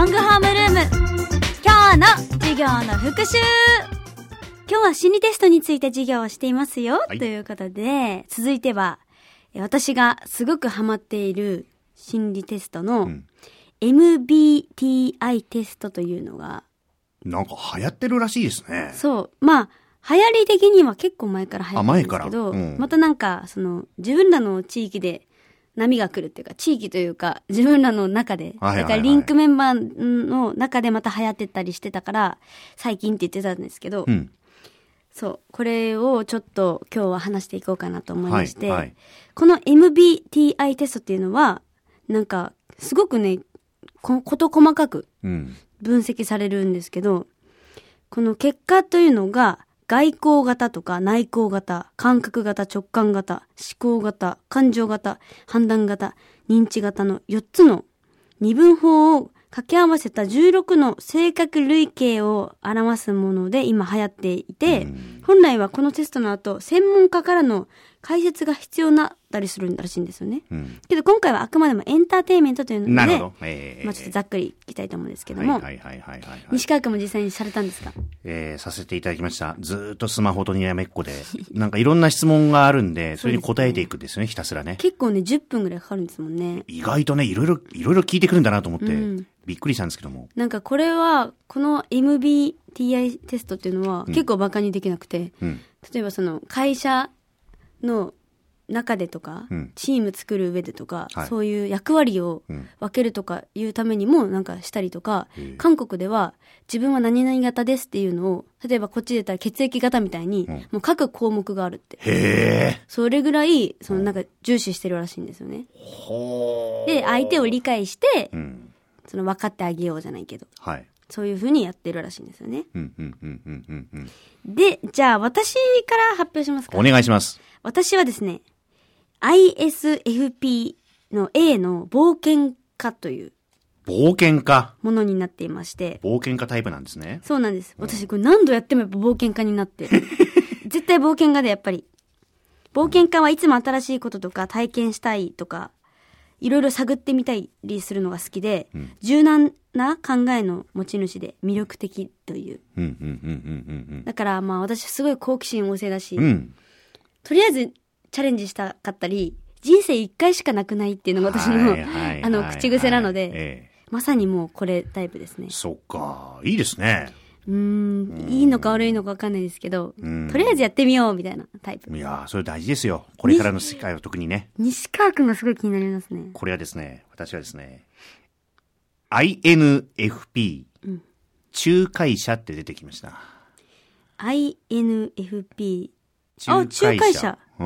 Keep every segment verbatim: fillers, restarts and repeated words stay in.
ロングホームルーム。今日の授業の復習。今日は心理テストについて授業をしていますよ、はい、ということで、続いては私がすごくハマっている心理テストの エムビーティーアイ テストというのが、 なんか流行ってるらしいですね。 そう。まあ流行り的には結構前から流行ってるんですけど、 あ、前から、うん、 またなんかその自分らの地域で波が来るっていうか、地域というか自分らの中で、 はいはいはい、 だからリンクメンバーの中でまた流行ってったりしてたから最近って言ってたんですけど、うん、そうこれをちょっと今日は話していこうかなと思いまして、はいはい、この エムビーティーアイ テストっていうのはなんかすごくねこ事細かく分析されるんですけど、うん、この結果というのが外向型とか内向型、感覚型、直感型、思考型、感情型、判断型、認知型のよっつの二分法を掛け合わせたじゅうろくの性格類型を表すもので今流行っていて、本来はこのテストの後、専門家からの解説が必要になったりするらしいんですよね。うん、けど今回はあくまでもエンターテインメントというので、なるほど、えー、まあちょっとざっくりいきたいと思うんですけども、西川君も実際にされたんですか？ えー、させていただきました。ずーっとスマホとにらめっこで、なんかいろんな質問があるんで、それに答えていくんですよね、ひたすらね。 結構ね、じゅっぷんぐらいかかるんですもんね。 意外とね、いろいろ、いろいろ聞いてくるんだなと思って、うん、びっくりしたんですけども。 なんかこれは、この エムビーティーアイ テストっていうのは結構バカにできなくて、うん、例えばその会社の中でとか、うん、チーム作る上でとか、はい、そういう役割を分けるとかいうためにもなんかしたりとか、うん、韓国では自分は何々型ですっていうのを、例えばこっちで言ったら血液型みたいに、うん、もう各項目があるって。 へー。 それぐらい、そのなんか重視してるらしいんですよね。 ほー。 で、相手を理解して、うん、その分かってあげようじゃないけど。はい。そういう風にやってるらしいんですよね。 うんうんうんうんうんうん。 で、じゃあ私から発表しますか。 お願いします。 私はですね、アイエスエフピー の A の冒険家という冒険家ものになっていまして、 冒険家タイプなんですね。 そうなんです。私これ何度やってもやっぱ冒険家になって絶対冒険家でやっぱり冒険家はいつも新しいこととか体験したいとかいろいろ探ってみたりするのが好きで、うん、柔軟な考えの持ち主で魅力的という。だからまあ私すごい好奇心旺盛だし、うん、とりあえずチャレンジしたかったり、人生一回しかなくないっていうのが私の、あの、口癖なので、ええ、まさにもうこれタイプですね。 そっか、いいですね。 うーん、いいのか悪いのか分かんないですけど、とりあえずやってみようみたいなタイプ。 いやー、それ大事ですよ。これからの世界は特にね。 西川くんがすごい気になりますね。 これはですね、私はですね、アイエヌエフピー、うん、仲介者って出てきました。 アイエヌエフピー、あ、仲介者。うん。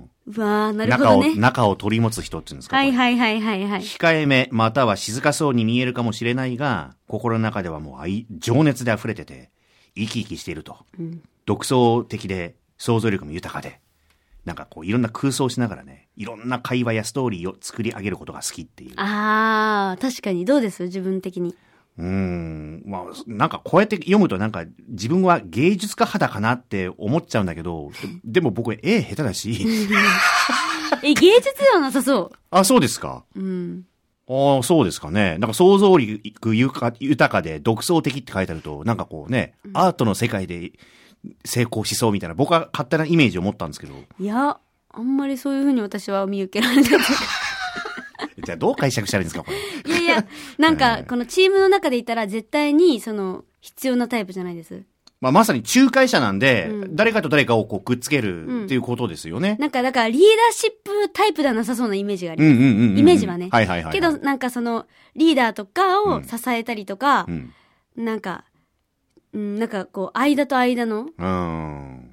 うわー、なるほどね。 中を、中を取り持つ人っていうんですか。 はいはいはいはいはい。 控えめ、または静かそうに見えるかもしれないが、心の中ではもう愛、情熱で溢れてて、生き生きしていると。うん、独創的で、想像力も豊かで、なんかこう、いろんな空想しながらね、いろんな会話やストーリーを作り上げることが好きっていう。 あー、確かに。どうです自分的に。 うーん。まあ、なんかこうやって読むとなんか自分は芸術家肌かなって思っちゃうんだけど、でも僕絵下手だし。 え、芸術ではなさそう。 あ、そうですか。うん。ああ、そうですかね。なんか想像力豊かで独創的って書いてあると、なんかこうね、うん、アートの世界で成功しそうみたいな、僕は勝手なイメージを持ったんですけど。 いや、あんまりそういうふうに私は見受けられない。 じゃあどう解釈したらいいんですかこれ。 いやいや、なんかこのチームの中でいたら絶対にその必要なタイプじゃないです。 まあまさに仲介者なんで、うん、誰かと誰かをこうくっつけるっていうことですよね。 うん、なんかだからリーダーシップタイプではなさそうなイメージがあります。うんうんうんうん、イメージはね。はいはいはい、はい。けどなんかそのリーダーとかを支えたりとか、うん、なんか、うん、なんかこう間と間の、うん、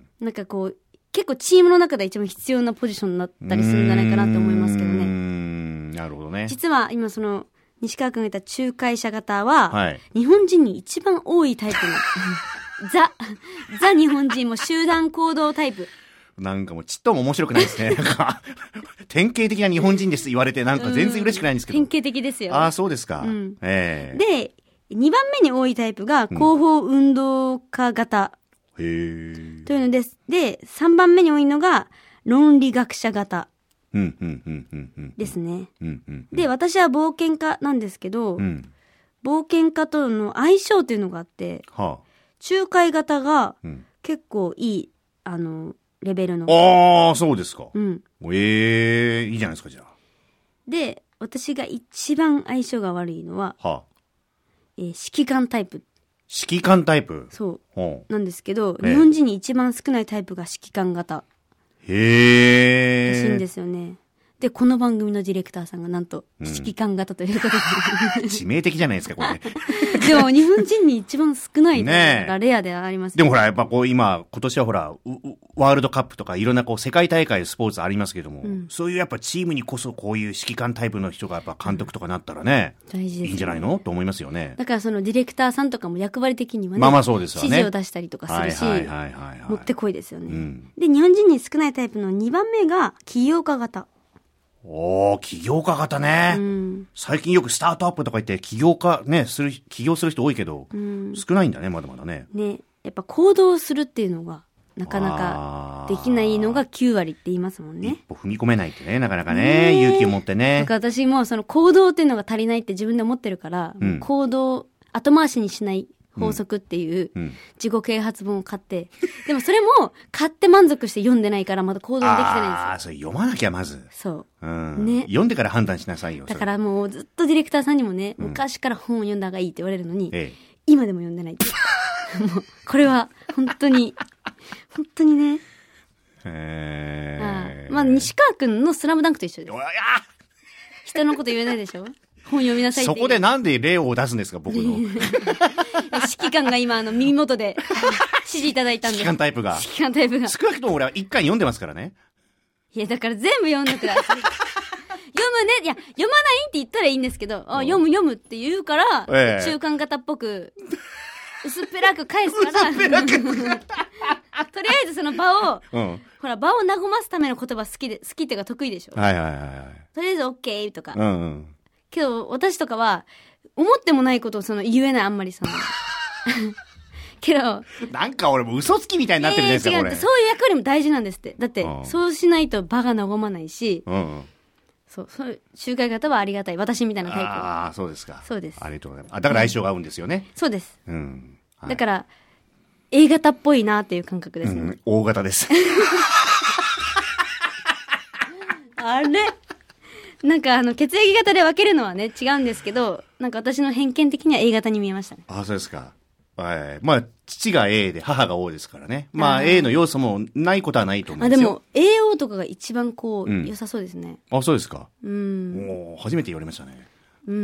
なんかこう結構チームの中で一番必要なポジションになったりするんじゃないかなと思いますけどね。 なるほどね。 実は今その西川君が言った仲介者型は、はい、日本人に一番多いタイプのザザ日本人も集団行動タイプ。 なんかもうちっとも面白くないですね。なんか典型的な日本人です言われてなんか全然嬉しくないんですけど。 典型的ですよ。 ああそうですか。うん、えー、でにばんめに多いタイプが広報運動家型、うん、へーというのです。でさんばんめに多いのが論理学者型。ですね。で、私は冒険家なんですけど、うん、 冒険家との相性っていうのがあって、はあ、仲介型が結構いい、あの、レベルの。 ああ、そうですか。 うん。 ええー、いいじゃないですか、じゃあ。 で、私が一番相性が悪いのは、はあ、えー、指揮官タイプ。 指揮官タイプそう。はあ、なんですけど、日本人に一番少ないタイプが指揮官型。へえ。らしいんですよね。で、この番組のディレクターさんがなんと、指揮官型ということで、 うん。致命的じゃないですか、これ。 でも、日本人に一番少ないからレアであります、 ね。でもほら、やっぱこう今、今年はほら、ワールドカップとかいろんなこう世界大会スポーツありますけども、うん、そういうやっぱチームにこそこういう指揮官タイプの人がやっぱ監督とかなったらね、うん、大事ですね。いいんじゃないのと思いますよね。 だからそのディレクターさんとかも役割的にはね、 まあまあそうですよね。 指示を出したりとかするし、 はいはいはいはいはい、 もってこいですよね、うん。で、日本人に少ないタイプのにばんめが起業家型。 おー、起業家型ね、うん。最近よくスタートアップとか言って起業家ね、する、起業する人多いけど、うん、少ないんだね、まだまだね。 ね、やっぱ行動するっていうのが、なかなかできないのがきゅうわりって言いますもんね。 一歩踏み込めないってね、なかなかね、勇気を持ってね。 だから私もその行動っていうのが足りないって自分で思ってるから、うん、行動、後回しにしない法則っていう自己啓発本を買って、うんうん、でもそれも買って満足して読んでないからまだ行動できてないんですよ。 ああ、それ読まなきゃまず。 そう。 うん。ね。読んでから判断しなさいよ。 だからもうずっとディレクターさんにもね、うん、昔から本を読んだ方がいいって言われるのに、ええ、今でも読んでないって。もう、これは本当に、本当にね。へー。まあ、西川くんのスラムダンクと一緒です。人のこと言えないでしょ？本読みなさいって。 そこでなんで例を出すんですか、僕の。 指揮官が今、あの、耳元で指示いただいたんで。 指揮官タイプが。 指揮官タイプが。 少なくとも俺は一回読んでますからね。 いや、だから全部読んでください。読むね。いや、読まないって言ったらいいんですけど、あ、読む読むって言うから、ええ、中間型っぽく、薄っぺらく返すから。薄っぺらく。とりあえずその場を、うん、ほら、場を和ますための言葉好きで、好きっていうか得意でしょ。 はいはいはいはい。 とりあえず OK とか。 うんうん。 けど、私とかは、思ってもないことをその言えない、あんまりその。けど。 なんか俺も嘘つきみたいになってるじゃないですか、これ。 そういう役割も大事なんですって。だって、うん、そうしないと場が和まないし、うんうん、そう、そういう仲介方はありがたい。私みたいなタイプ。 ああ、そうですか。 そうです。 ありがとうございます。あ、だから相性が合うんですよね。 そうです。 うん。 はい、だから、A 型っぽいなっていう感覚ですね。うん、 大型です。 あれなんかあの血液型で分けるのはね違うんですけど、なんか私の偏見的には A 型に見えましたね。 ああ、そうですか。はい。まあ父が A で母が O ですからね。まあ A の要素もないことはないと思うんですよ。 あ、でも エーオー とかが一番こう、うん、良さそうですね。 あ、そうですか。 うん。 もう初めて言われましたね。 うん。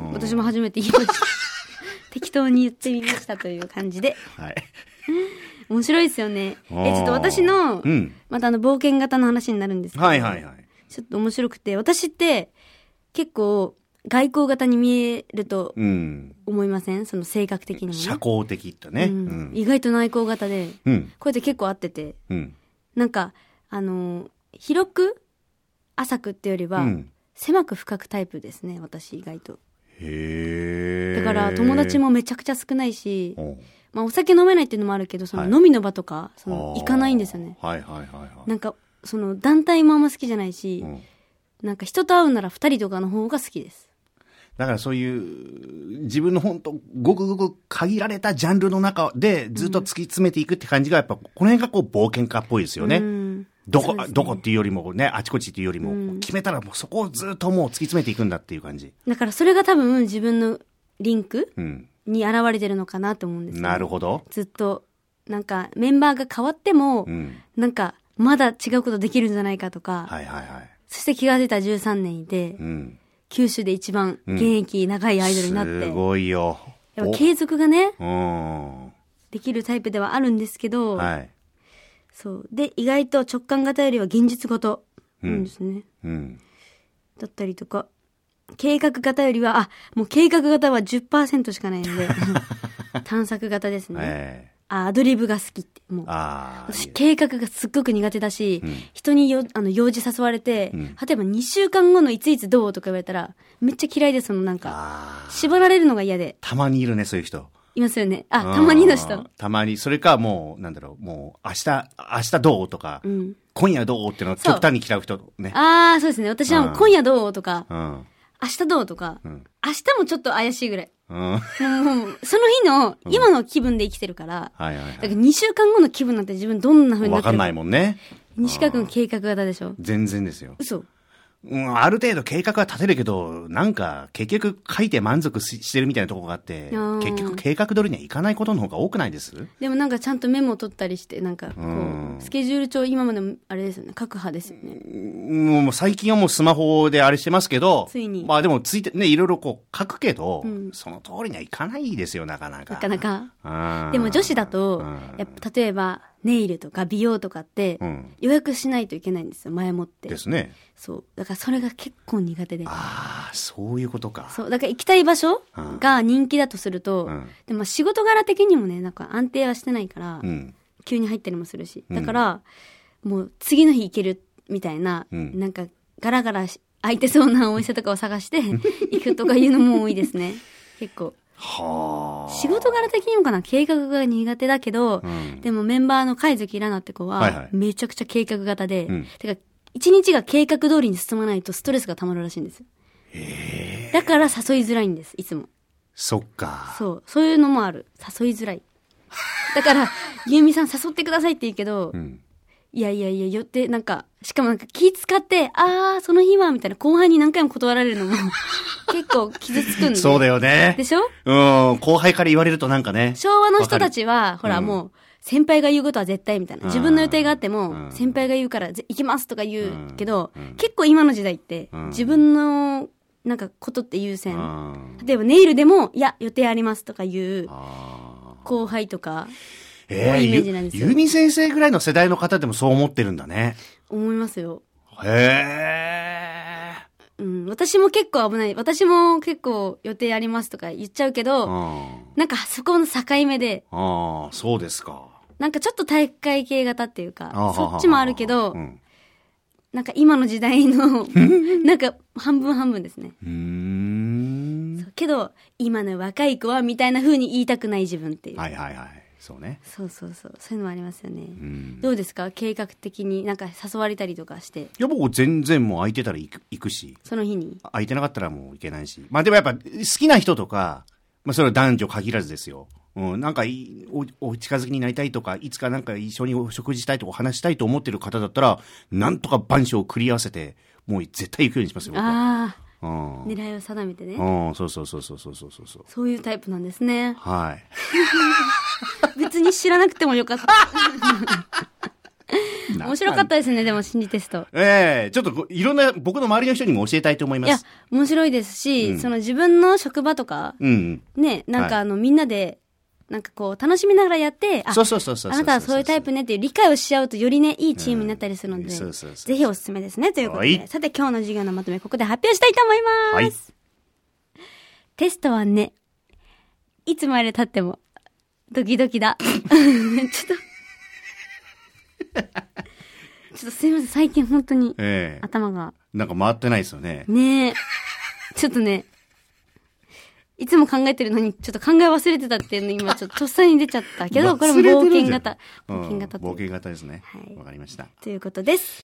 私も初めて言いました。適当に言ってみましたという感じで。 はい。 面白いですよね。え、ちょっと私の、うん、またあの冒険型の話になるんですけど。 はいはいはい。 ちょっと面白くて、私って結構外交型に見えると思いません？うん、その性格的にもね。 社交的とね、うんうん。意外と内向型で、うん、こうやって結構合ってて、うん、なんか、あのー、広く浅くってよりは、うん、狭く深くタイプですね、私意外と。 へー。 だから友達もめちゃくちゃ少ないし、まあお酒飲めないっていうのもあるけど、その飲みの場とか、はい、その行かないんですよね。 はいはいはいはい。 なんか、その団体もあんま好きじゃないし、うん、なんか人と会うなら二人とかの方が好きです。 だからそういう自分の本当ごくごく限られたジャンルの中でずっと突き詰めていくって感じがやっぱこの辺がこう冒険家っぽいですよね。うん、どこ、ね、どこっていうよりもね、あちこちっていうよりも、うん、決めたらもうそこをずっともう突き詰めていくんだっていう感じ。 だからそれが多分自分のリンクに現れてるのかなと思うんですよ、ね。 なるほど。 ずっとなんかメンバーが変わっても、うん、なんかまだ違うことできるんじゃないかとか、 はいはいはい、そして気が出たじゅうさんねんいて、うん、九州で一番現役長いアイドルになって、うん、 すごいよ。 やっぱ継続がね、できるタイプではあるんですけど、はい、そうで意外と直感型よりは現実型なんですね、うんうん、だったりとか計画型よりはあもう計画型は じゅっパーセント しかないので探索型ですね、えーあアドリブが好きって。もう。あ私、計画がすっごく苦手だし、うん、人によあの用事誘われて、うん、例えばにしゅうかんごのいついつどうとか言われたら、めっちゃ嫌いです、そのなんか。縛られるのが嫌で。 たまにいるね、そういう人。 いますよね。あ、たまにの人。 たまに。それかもう、なんだろう、もう、明日、明日どうとか、うん、今夜どうっていうのを極端に嫌う人ね。 ああ、そうですね。私は今夜どうとか、うん、 明日どうとか、うん、明日もちょっと怪しいぐらい。うん、もうその日の今の気分で生きてるから、うん、はいはいはい、だからにしゅうかんごの気分なんて自分どんな風になってるか。 わかんないもんね。 西川くん計画型でしょ。 全然ですよ。 嘘。 うん、ある程度計画は立てるけど、なんか結局書いて満足してるみたいなところがあって、結局計画通りにはいかないことの方が多くないです？ でもなんかちゃんとメモを取ったりして、なんかこう、うん、スケジュール帳今までもあれですよね、書く派ですよね。 もう最近はもうスマホであれしてますけど、 ついに。 まあでもついてね、いろいろこう書くけど、うん、その通りにはいかないですよ、なかなか。 なかなか。でも女子だと、やっぱ例えば、ネイルとか美容とかって、予約しないといけないんですよ、前もって。 ですね。 そう。だからそれが結構苦手で。 ああ、そういうことか。 そう。だから行きたい場所が人気だとすると、うん、でも仕事柄的にもね、なんか安定はしてないから、うん、急に入ったりもするし。だから、うん、もう次の日行けるみたいな、うん、なんかガラガラ空いてそうなお店とかを探して行くとかいうのも多いですね。結構。はあ。仕事柄的にもかな、計画が苦手だけど、うん、でもメンバーの海月ラナって子は、はいはい、めちゃくちゃ計画型で、うん、てか、一日が計画通りに進まないとストレスが溜まるらしいんですよ。へー。だから誘いづらいんです、いつも。 そっか。 そう。そういうのもある。誘いづらい。だから、ゆうみさん誘ってくださいって言うけど、うん、いやいやいや、予定、なんか、しかもなんか気使って、あー、その日は、みたいな後輩に何回も断られるのも、結構傷つくんで。 そうだよね。 でしょ？ うん。後輩から言われるとなんかね。 昭和の人たちは、ほら、うん、もう、先輩が言うことは絶対みたいな。自分の予定があっても、先輩が言うから行きますとか言うけど、うん、結構今の時代って、自分の、なんかことって優先。例えばネイルでも、いや、予定ありますとか言う、後輩とか、 えー、イメージなんですよ。ゆうみ先生ぐらいの世代の方でもそう思ってるんだね。 思いますよ。 へー。うん、私も結構危ない。私も結構予定ありますとか言っちゃうけど、なんかそこの境目で。 ああ、そうですか。 なんかちょっと体育会系型っていうか、そっちもあるけど、うん、なんか今の時代の、なんか半分半分ですね。うーん。そうけど、今の若い子はみたいな風に言いたくない自分っていう。 はいはいはい。そうね。 そうそうそう。そういうのもありますよね。うん、どうですか？計画的になんか誘われたりとかして。いや、僕全然もう空いてたら行く、行くし。 その日に空いてなかったらもう行けないし。まあでもやっぱ好きな人とか、まあそれは男女限らずですよ。うん、なんかいお、お近づきになりたいとか、いつかなんか一緒にお食事したいとか話したいと思ってる方だったら、なんとか番所を繰り合わせて、もう絶対行くようにしますよ、僕は。ああ。 うん、狙いを定めてね。 うん、そうそうそうそうそうそうそう。 そういうタイプなんですね。 はい。 別に知らなくてもよかった。面白かったですね、でも心理テスト。 ええー、ちょっといろんな僕の周りの人にも教えたいと思います。 いや、面白いですし、うん、その自分の職場とか、うん、ね、なんかあの、はい、みんなで、なんかこう、楽しみながらやって、 あ、そうそうそうそう。 あなたはそういうタイプねっていう理解をし合うとよりね、いいチームになったりするので、うん、そうそうそうぜひおすすめですね、ということで。はい、さて今日の授業のまとめ、ここで発表したいと思います。はい、テストはね、いつまで経っても、ドキドキだ。ちょっと、ちょっとすいません、最近本当に、えー、頭が。 なんか回ってないですよね。 ねえ。ちょっとね、いつも考えてるのに、ちょっと考え忘れてたっていうの今ちょっととっさに出ちゃったけど、これも冒険型。 冒険型、うん。冒険型ですね。はい。わかりました。 ということです。